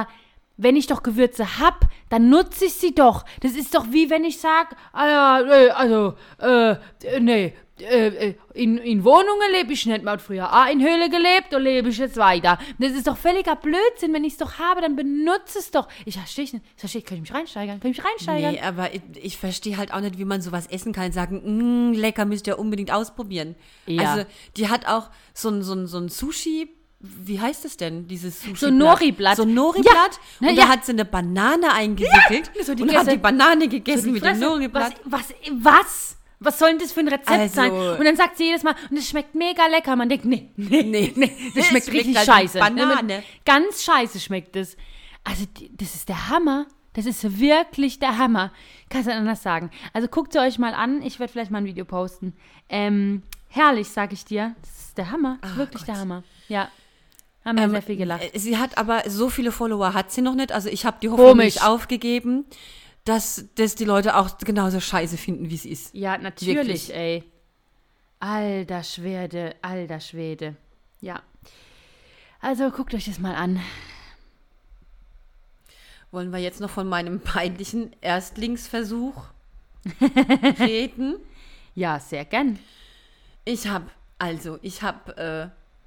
Speaker 2: wenn ich doch Gewürze hab, dann nutze ich sie doch. Das ist doch wie wenn ich sage, also, äh, nee, äh, in, in Wohnungen lebe ich nicht, man hat früher auch in Höhle gelebt und lebe ich jetzt weiter. Das ist doch völliger Blödsinn, wenn ich es doch habe, dann benutze es doch. Ich verstehe es nicht, ich verstehe, kann ich mich reinsteigern, kann ich mich reinsteigern?
Speaker 1: Nee, aber ich, ich verstehe halt auch nicht, wie man sowas essen kann und sagen, lecker, müsst ihr unbedingt ausprobieren.
Speaker 2: Ja.
Speaker 1: Also, die hat auch so ein, so ein, so ein Sushi, wie heißt es denn, dieses Sushi?
Speaker 2: So ein Nori-Blatt.
Speaker 1: So ein Nori-Blatt.
Speaker 2: Ja.
Speaker 1: Und
Speaker 2: Ja.
Speaker 1: da hat sie eine Banane eingewickelt
Speaker 2: Ja. So die
Speaker 1: und hat
Speaker 2: Gäste-
Speaker 1: die Banane gegessen
Speaker 2: So die
Speaker 1: mit dem
Speaker 2: Fresse.
Speaker 1: Nori-Blatt.
Speaker 2: Was, was, was? Was soll denn das für ein Rezept
Speaker 1: Also-
Speaker 2: sein? Und dann sagt sie jedes Mal, und es schmeckt mega lecker. Man denkt, nee, nee,
Speaker 1: Nee.
Speaker 2: nee, das
Speaker 1: Es
Speaker 2: schmeckt
Speaker 1: schmeckt
Speaker 2: richtig
Speaker 1: halt
Speaker 2: scheiße.
Speaker 1: wie Banane.
Speaker 2: Ganz scheiße schmeckt das. Also, die- das ist der Hammer. Das ist wirklich der Hammer. Kannst du anders sagen. Also, guckt sie euch mal an. Ich werde vielleicht mal ein Video posten. Ähm, herrlich, sag ich dir. Das ist der Hammer. Das ist
Speaker 1: Ah,
Speaker 2: wirklich
Speaker 1: Gott.
Speaker 2: der Hammer. Ja. Haben wir
Speaker 1: Ähm,
Speaker 2: sehr viel gelacht.
Speaker 1: äh, Sie hat aber so viele Follower hat sie noch nicht. Also ich habe die Hoffnung
Speaker 2: Komisch.
Speaker 1: nicht aufgegeben, dass, dass die Leute auch genauso scheiße finden, wie sie ist.
Speaker 2: Ja, natürlich,
Speaker 1: Wirklich.
Speaker 2: ey. Alter Schwede, alter Schwede. Ja. Also guckt euch das mal an.
Speaker 1: Wollen wir jetzt noch von meinem peinlichen Erstlingsversuch reden?
Speaker 2: Ja, sehr gern.
Speaker 1: Ich habe, also, ich habe, äh,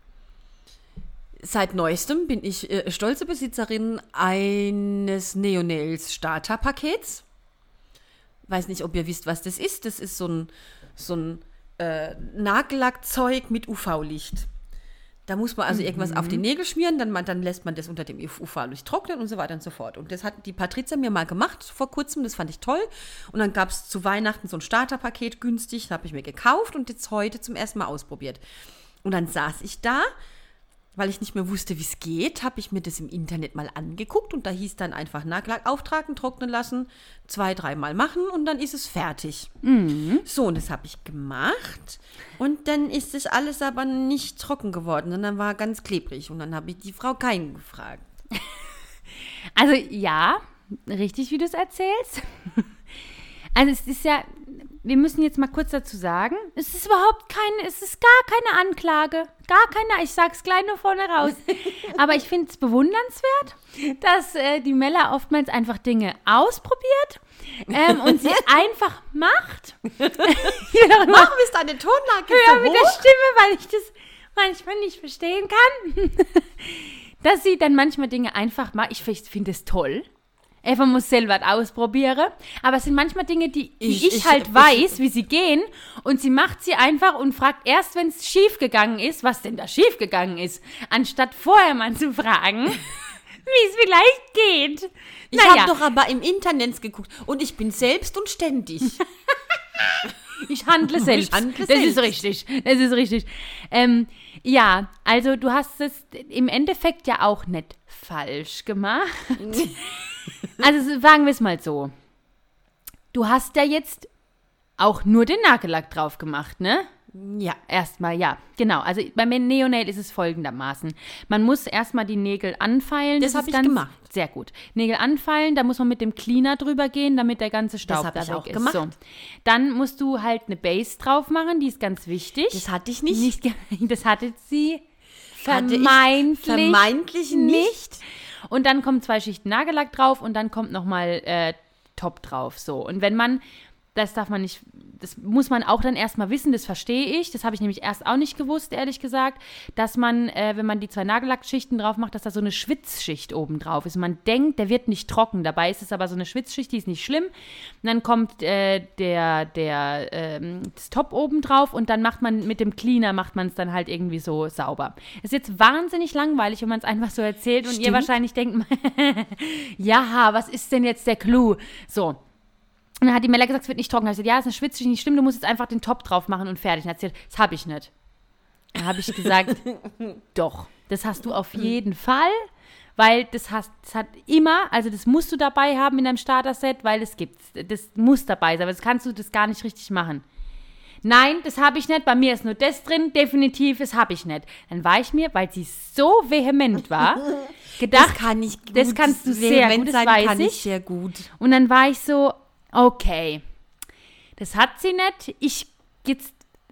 Speaker 1: seit neuestem bin ich äh, stolze Besitzerin eines Neonails Starter-Pakets. Weiß nicht, ob ihr wisst, was das ist. Das ist so ein, so ein äh, Nagellackzeug mit U V-Licht. Da muss man also irgendwas auf die Nägel schmieren, dann, man, dann lässt man das unter dem U V-Licht trocknen und so weiter und so fort. Und das hat die Patricia mir mal gemacht vor kurzem, das fand ich toll. Und dann gab es zu Weihnachten so ein Starterpaket günstig, das habe ich mir gekauft und jetzt heute zum ersten Mal ausprobiert. Und dann saß ich da, weil ich nicht mehr wusste, wie es geht, habe ich mir das im Internet mal angeguckt und da hieß dann einfach Nagellack auftragen, trocknen lassen, zwei, dreimal machen und dann ist es fertig.
Speaker 2: Mhm.
Speaker 1: So, und das habe ich gemacht und dann ist das alles aber nicht trocken geworden, sondern war ganz klebrig und dann habe ich die Frau Kein gefragt.
Speaker 2: Also ja, richtig, wie du es erzählst. Also es ist ja, wir müssen jetzt mal kurz dazu sagen, es ist überhaupt keine, es ist gar keine Anklage, gar keine, ich sag's gleich nur vorne raus. Aber ich finde es bewundernswert, dass äh, die Mella oftmals einfach Dinge ausprobiert ähm, und sie einfach macht.
Speaker 1: Warum ist deine Tonlage
Speaker 2: Höher
Speaker 1: so
Speaker 2: mit der
Speaker 1: hoch?
Speaker 2: Stimme, weil ich das manchmal nicht verstehen kann. Dass sie dann manchmal Dinge einfach macht. Ich finde es toll. Eva muss selber ausprobieren. Aber es sind manchmal Dinge, die, die ich,
Speaker 1: Ich-
Speaker 2: ich
Speaker 1: ich-
Speaker 2: halt
Speaker 1: ich-
Speaker 2: weiß, wie sie gehen. Und sie macht sie einfach und fragt erst, wenn es schief gegangen ist, was denn da schief gegangen ist. Anstatt vorher mal zu fragen, wie es vielleicht geht.
Speaker 1: Ich
Speaker 2: Naja.
Speaker 1: habe doch aber im Internet geguckt und ich bin selbst und ständig.
Speaker 2: Ich handle selbst.
Speaker 1: handle
Speaker 2: das ist
Speaker 1: selbst.
Speaker 2: richtig. Das ist richtig. Ähm, ja, also du hast es im Endeffekt ja auch nicht falsch gemacht. Also sagen wir es mal so. Du hast ja jetzt auch nur den Nagellack drauf gemacht, ne?
Speaker 1: Ja.
Speaker 2: Erstmal, ja, genau. Also beim Neonail ist es folgendermaßen. Man muss erstmal die Nägel anfeilen.
Speaker 1: Das
Speaker 2: ist
Speaker 1: hab ich
Speaker 2: ganz-
Speaker 1: gemacht.
Speaker 2: Sehr gut. Nägel anfeilen, da muss man mit dem Cleaner drüber gehen, damit der ganze Staub
Speaker 1: hab
Speaker 2: da
Speaker 1: ich
Speaker 2: weg
Speaker 1: auch
Speaker 2: ist.
Speaker 1: gemacht.
Speaker 2: So. Dann musst du halt eine Base drauf machen, die ist ganz wichtig.
Speaker 1: Das hatte ich nicht.
Speaker 2: Nicht ge- das hatte sie
Speaker 1: Hatte ich
Speaker 2: vermeintlich,
Speaker 1: vermeintlich nicht.
Speaker 2: Und dann kommen zwei Schichten Nagellack drauf und dann kommt nochmal äh, Top drauf. So. Und wenn man, das darf man nicht, das muss man auch dann erstmal wissen, das verstehe ich. Das habe ich nämlich erst auch nicht gewusst, ehrlich gesagt, dass man, äh, wenn man die zwei Nagellackschichten drauf macht, dass da so eine Schwitzschicht oben drauf ist. Man denkt, der wird nicht trocken. Dabei ist es aber so eine Schwitzschicht, die ist nicht schlimm. Und dann kommt äh, der, der, ähm, das Top oben drauf und dann macht man mit dem Cleaner, macht man es dann halt irgendwie so sauber. Ist jetzt wahnsinnig langweilig, wenn man es einfach so erzählt und ihr
Speaker 1: Stimmt.
Speaker 2: wahrscheinlich denkt, ja, was ist denn jetzt der Clou? So. Und dann hat die Mella gesagt, es wird nicht trocken. Da habe ich gesagt, ja, das ist eine Schwitzschicht, nicht schlimm, du musst jetzt einfach den Top drauf machen und fertig. Und hat sie gesagt, das habe ich nicht. Dann habe ich gesagt, doch, das hast du auf jeden Fall, weil das, hast, das hat immer, also das musst du dabei haben in deinem Starter-Set, weil es gibt, das muss dabei sein, aber das kannst du das gar nicht richtig machen. Nein, das habe ich nicht, bei mir ist nur das drin, definitiv, das habe ich nicht. Dann war ich mir, weil sie so vehement war, gedacht,
Speaker 1: Das kann ich gut.
Speaker 2: das kannst du sehr
Speaker 1: Vehement
Speaker 2: gut, das
Speaker 1: sein
Speaker 2: weiß
Speaker 1: kann
Speaker 2: ich.
Speaker 1: ich sehr gut.
Speaker 2: Und dann war ich so, okay, das hat sie nicht. Ich, jetzt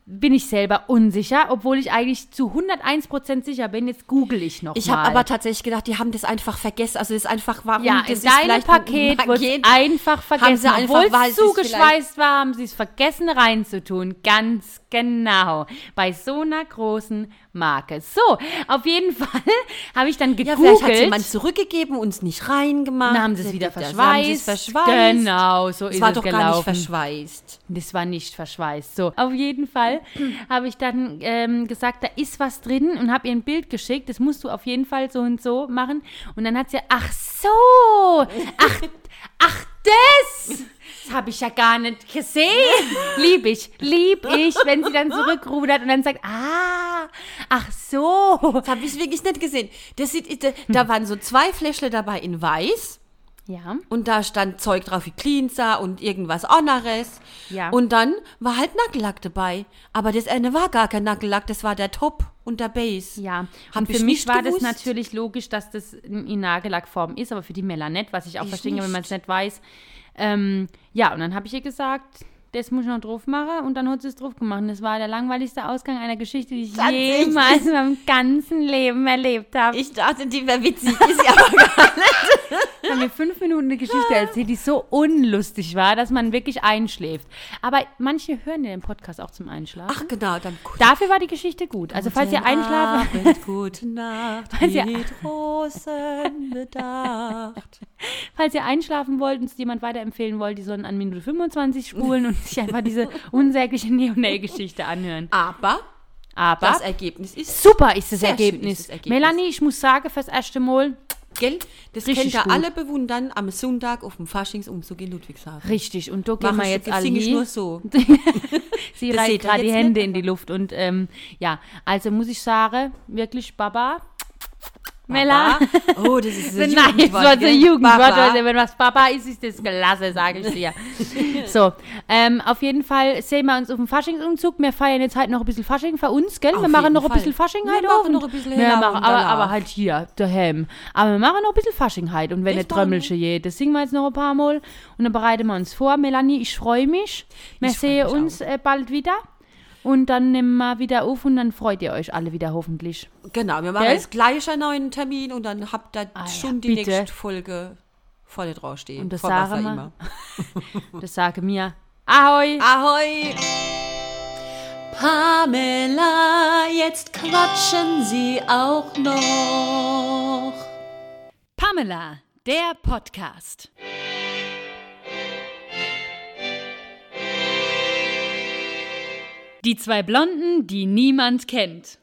Speaker 2: bin ich selber unsicher, obwohl ich eigentlich zu hunderteins Prozent sicher bin. Jetzt google ich noch
Speaker 1: Ich
Speaker 2: mal.
Speaker 1: habe aber tatsächlich gedacht, die haben das einfach vergessen. Also das ist einfach, warum
Speaker 2: ja,
Speaker 1: das
Speaker 2: in
Speaker 1: ist
Speaker 2: deinem
Speaker 1: vielleicht
Speaker 2: Paket
Speaker 1: ein
Speaker 2: wurde es einfach vergessen.
Speaker 1: Haben sie einfach,
Speaker 2: obwohl
Speaker 1: weil
Speaker 2: es
Speaker 1: sie es
Speaker 2: zugeschweißt war, haben sie es vergessen reinzutun. Ganz genau. Bei so einer großen Marke. So, auf jeden Fall habe ich dann
Speaker 1: Ja,
Speaker 2: gegoogelt.
Speaker 1: vielleicht hat jemand zurückgegeben, uns nicht reingemacht.
Speaker 2: Dann haben sie es wieder
Speaker 1: Das-
Speaker 2: verschweißt.
Speaker 1: Haben sie es verschweißt.
Speaker 2: Genau, so
Speaker 1: Es
Speaker 2: ist
Speaker 1: war
Speaker 2: es
Speaker 1: doch
Speaker 2: gelaufen.
Speaker 1: gar nicht verschweißt.
Speaker 2: Das war nicht verschweißt. So, auf jeden Fall habe ich dann ähm, gesagt, da ist was drin und habe ihr ein Bild geschickt. Das musst du auf jeden Fall so und so machen. Und dann hat sie, ach so, ach, ach das, das habe ich ja gar nicht gesehen. Lieb ich, lieb ich, wenn sie dann zurückrudert und dann sagt, ah, ach so.
Speaker 1: Das habe ich wirklich nicht gesehen. Das sieht, da, da waren so zwei Fläschle dabei in weiß.
Speaker 2: Ja.
Speaker 1: Und da stand Zeug drauf wie Cleanser und irgendwas anderes.
Speaker 2: Ja.
Speaker 1: Und dann war halt Nagellack dabei. Aber das eine war gar kein Nagellack, das war der Top und der Base.
Speaker 2: Ja,
Speaker 1: Hab
Speaker 2: und
Speaker 1: ich
Speaker 2: für mich
Speaker 1: nicht
Speaker 2: war
Speaker 1: gewusst.
Speaker 2: das natürlich logisch, dass das in Nagellackform ist, aber für die Mella nicht, was ich auch
Speaker 1: Ich
Speaker 2: verstehe, wenn man es
Speaker 1: nicht.
Speaker 2: nicht weiß. Ähm, ja, und dann habe ich ihr gesagt, das muss ich noch drauf machen und dann hat sie es drauf gemacht. Und das war der langweiligste Ausgang einer Geschichte, die ich
Speaker 1: Tatsächlich?
Speaker 2: jemals in meinem ganzen Leben erlebt habe. Ich
Speaker 1: Ich dachte, die wäre witzig, ist sie aber gar nicht.
Speaker 2: habe mir fünf Minuten eine Geschichte erzählt, die so unlustig war, dass man wirklich einschläft. Aber manche hören ja den Podcast auch zum Einschlafen.
Speaker 1: Ach genau, dann gut.
Speaker 2: Dafür war die Geschichte gut. Also falls ihr einschlafen...
Speaker 1: Abend, gute Nacht,
Speaker 2: Falls ihr-
Speaker 1: mit großem Bedacht.
Speaker 2: Falls ihr einschlafen wollt und es jemand weiterempfehlen wollt, die sollen an Minute fünfundzwanzig spulen und sich einfach diese unsägliche Neonell-Geschichte anhören.
Speaker 1: Aber
Speaker 2: Aber
Speaker 1: das Ergebnis ist,
Speaker 2: super ist das
Speaker 1: Sehr schön
Speaker 2: Ergebnis.
Speaker 1: ist das Ergebnis.
Speaker 2: Melanie, ich muss sagen, fürs erste Mal,
Speaker 1: gell, das
Speaker 2: Richtig
Speaker 1: könnt ihr
Speaker 2: gut.
Speaker 1: alle bewundern, am Sonntag auf dem Faschingsumzug in Ludwigshafen.
Speaker 2: richtig. Und da gehen
Speaker 1: Mach
Speaker 2: wir
Speaker 1: ich-
Speaker 2: jetzt
Speaker 1: das
Speaker 2: alle
Speaker 1: sing ich nur
Speaker 2: hin.
Speaker 1: so.
Speaker 2: Sie
Speaker 1: Das
Speaker 2: reißt
Speaker 1: seht ihr
Speaker 2: gerade die
Speaker 1: jetzt
Speaker 2: Hände
Speaker 1: nicht,
Speaker 2: in die Luft. Und ähm, ja, also muss ich sagen, wirklich Baba. Mella.
Speaker 1: Baba. Oh, das ist ein
Speaker 2: Nein, das war so ein
Speaker 1: gell?
Speaker 2: Jugendwort.
Speaker 1: Baba.
Speaker 2: Also, wenn was Papa ist, ist das gelassen, sage ich dir. So, ähm, auf jeden Fall sehen wir uns auf dem Faschingsumzug. Wir feiern jetzt halt noch ein bisschen Fasching für uns, gell?
Speaker 1: Auf
Speaker 2: wir machen
Speaker 1: jeden
Speaker 2: noch ein
Speaker 1: Fall.
Speaker 2: bisschen Fasching
Speaker 1: Wir
Speaker 2: heute
Speaker 1: machen
Speaker 2: Abend.
Speaker 1: noch ein bisschen
Speaker 2: wir
Speaker 1: Helau
Speaker 2: machen,
Speaker 1: und
Speaker 2: aber,
Speaker 1: Lala.
Speaker 2: aber halt hier, daheim. Aber wir machen noch ein bisschen Fasching heute. Und wenn
Speaker 1: Das
Speaker 2: nicht
Speaker 1: machen wir.
Speaker 2: Trömmelchen je, das singen wir jetzt noch ein paar Mal. Und dann bereiten wir uns vor. Melanie, ich freue mich. Wir
Speaker 1: Ich freu
Speaker 2: sehen
Speaker 1: mich
Speaker 2: uns äh, bald wieder. Und dann nehmen wir wieder auf und dann freut ihr euch alle wieder hoffentlich.
Speaker 1: Genau, wir machen
Speaker 2: Gell?
Speaker 1: jetzt gleich einen neuen Termin und dann habt ihr
Speaker 2: Ah ja,
Speaker 1: schon die
Speaker 2: bitte.
Speaker 1: nächste Folge vorne draufstehen.
Speaker 2: Und das
Speaker 1: Vor was
Speaker 2: sagen
Speaker 1: auch
Speaker 2: wir.
Speaker 1: immer.
Speaker 2: Das sage mir. Ahoi!
Speaker 1: Ahoi! Pamela, jetzt quatschen Sie auch noch.
Speaker 3: Pamela, der Podcast. Die zwei Blonden, die niemand kennt.